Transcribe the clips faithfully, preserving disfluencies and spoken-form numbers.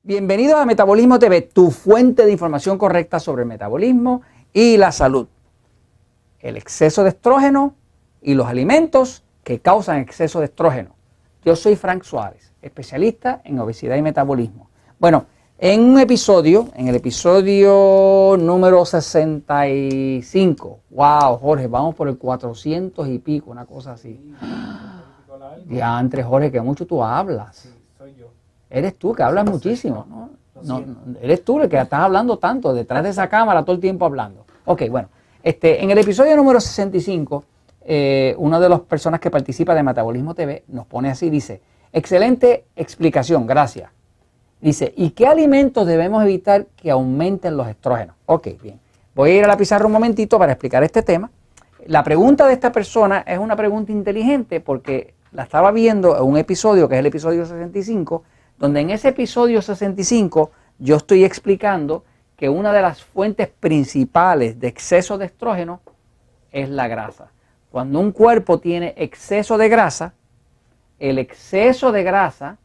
Bienvenidos a Metabolismo T V, tu fuente de información correcta sobre el metabolismo y la salud. El exceso de estrógeno y los alimentos que causan exceso de estrógeno. Yo soy Frank Suárez, especialista en obesidad y metabolismo. Bueno, en un episodio, en el episodio número sesenta y cinco, wow, Jorge, vamos por el cuatrocientos y pico, una cosa así. Diantre, Jorge, que mucho tú hablas. Sí, soy yo. Eres tú que hablas muchísimo, ¿no? No, no, eres tú el que estás hablando tanto, detrás de esa cámara todo el tiempo hablando. Ok, bueno, este, en el episodio número sesenta y cinco, eh, una de las personas que participa de Metabolismo T V nos pone así, dice, excelente explicación, gracias. Dice, ¿y qué alimentos debemos evitar que aumenten los estrógenos? Ok, bien. Voy a ir a la pizarra un momentito para explicar este tema. La pregunta de esta persona es una pregunta inteligente porque la estaba viendo en un episodio, que es el episodio sesenta y cinco, donde en ese episodio sesenta y cinco yo estoy explicando que una de las fuentes principales de exceso de estrógeno es la grasa. Cuando un cuerpo tiene exceso de grasa, el exceso de grasa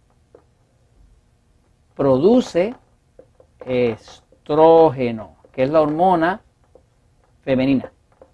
produce estrógeno, que es la hormona femenina.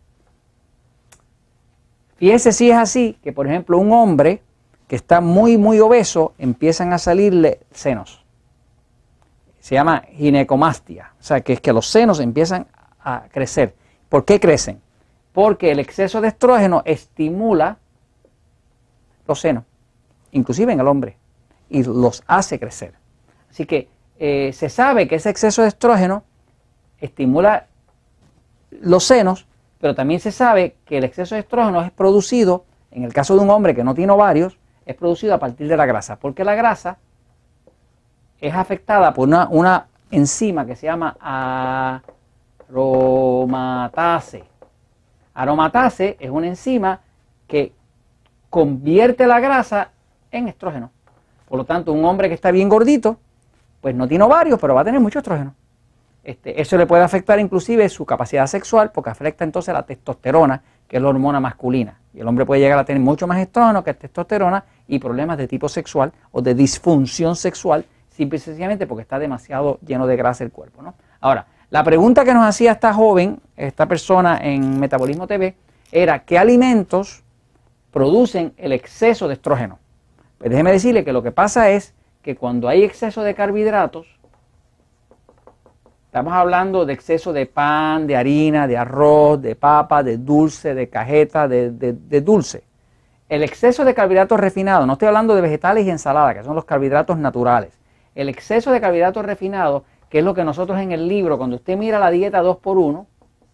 Fíjese si es así, que por ejemplo un hombre que está muy muy obeso, empiezan a salirle senos. Se llama ginecomastia, o sea que es que los senos empiezan a crecer. ¿Por qué crecen? Porque el exceso de estrógeno estimula los senos, inclusive en el hombre, y los hace crecer. Así que eh, se sabe que ese exceso de estrógeno estimula los senos, pero también se sabe que el exceso de estrógeno es producido, en el caso de un hombre que no tiene ovarios, es producido a partir de la grasa, porque la grasa es afectada por una, una enzima que se llama aromatase. Aromatase es una enzima que convierte la grasa en estrógeno. Por lo tanto, un hombre que está bien gordito, pues no tiene ovarios, pero va a tener mucho estrógeno. Este, eso le puede afectar inclusive su capacidad sexual, porque afecta entonces la testosterona, que es la hormona masculina. Y el hombre puede llegar a tener mucho más estrógeno que testosterona y problemas de tipo sexual o de disfunción sexual, simple y sencillamente porque está demasiado lleno de grasa el cuerpo, ¿no? Ahora, la pregunta que nos hacía esta joven, esta persona en Metabolismo T V, era ¿qué alimentos producen el exceso de estrógeno? Pues déjeme decirle que lo que pasa es que cuando hay exceso de carbohidratos, estamos hablando de exceso de pan, de harina, de arroz, de papa, de dulce, de cajeta, de, de, de dulce. El exceso de carbohidratos refinados, no estoy hablando de vegetales y ensaladas, que son los carbohidratos naturales. El exceso de carbohidratos refinados, que es lo que nosotros en el libro, cuando usted mira la dieta dos por uno,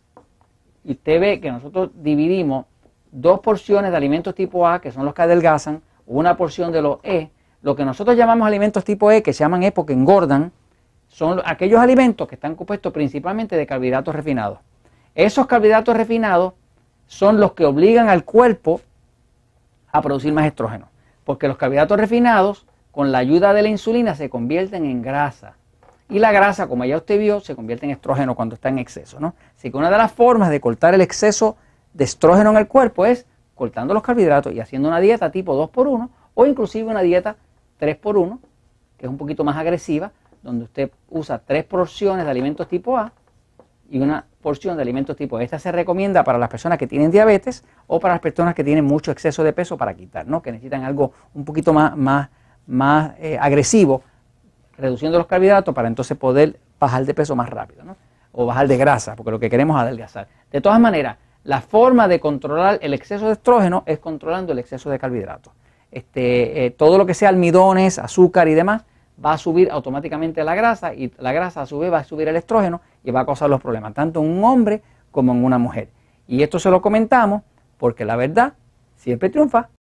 y usted ve que nosotros dividimos dos porciones de alimentos tipo A, que son los que adelgazan, una porción de los E, lo que nosotros llamamos alimentos tipo E, que se llaman E porque engordan, son aquellos alimentos que están compuestos principalmente de carbohidratos refinados. Esos carbohidratos refinados son los que obligan al cuerpo a producir más estrógeno, porque los carbohidratos refinados, con la ayuda de la insulina, se convierten en grasa. Y la grasa, como ya usted vio, se convierte en estrógeno cuando está en exceso, ¿no? Así que una de las formas de cortar el exceso de estrógeno en el cuerpo es cortando los carbohidratos y haciendo una dieta tipo dos por uno o inclusive una dieta tres por uno, que es un poquito más agresiva, donde usted usa tres porciones de alimentos tipo A y una porción de alimentos tipo E. Esta se recomienda para las personas que tienen diabetes o para las personas que tienen mucho exceso de peso para quitar, ¿no? Que necesitan algo un poquito más, más, más eh, agresivo, reduciendo los carbohidratos para entonces poder bajar de peso más rápido, ¿no? O bajar de grasa, porque lo que queremos es adelgazar. De todas maneras, la forma de controlar el exceso de estrógeno es controlando el exceso de carbohidratos. Este, eh, todo lo que sea almidones, azúcar y demás, va a subir automáticamente la grasa y la grasa a su vez va a subir el estrógeno y va a causar los problemas, tanto en un hombre como en una mujer. Y esto se lo comentamos porque la verdad siempre triunfa.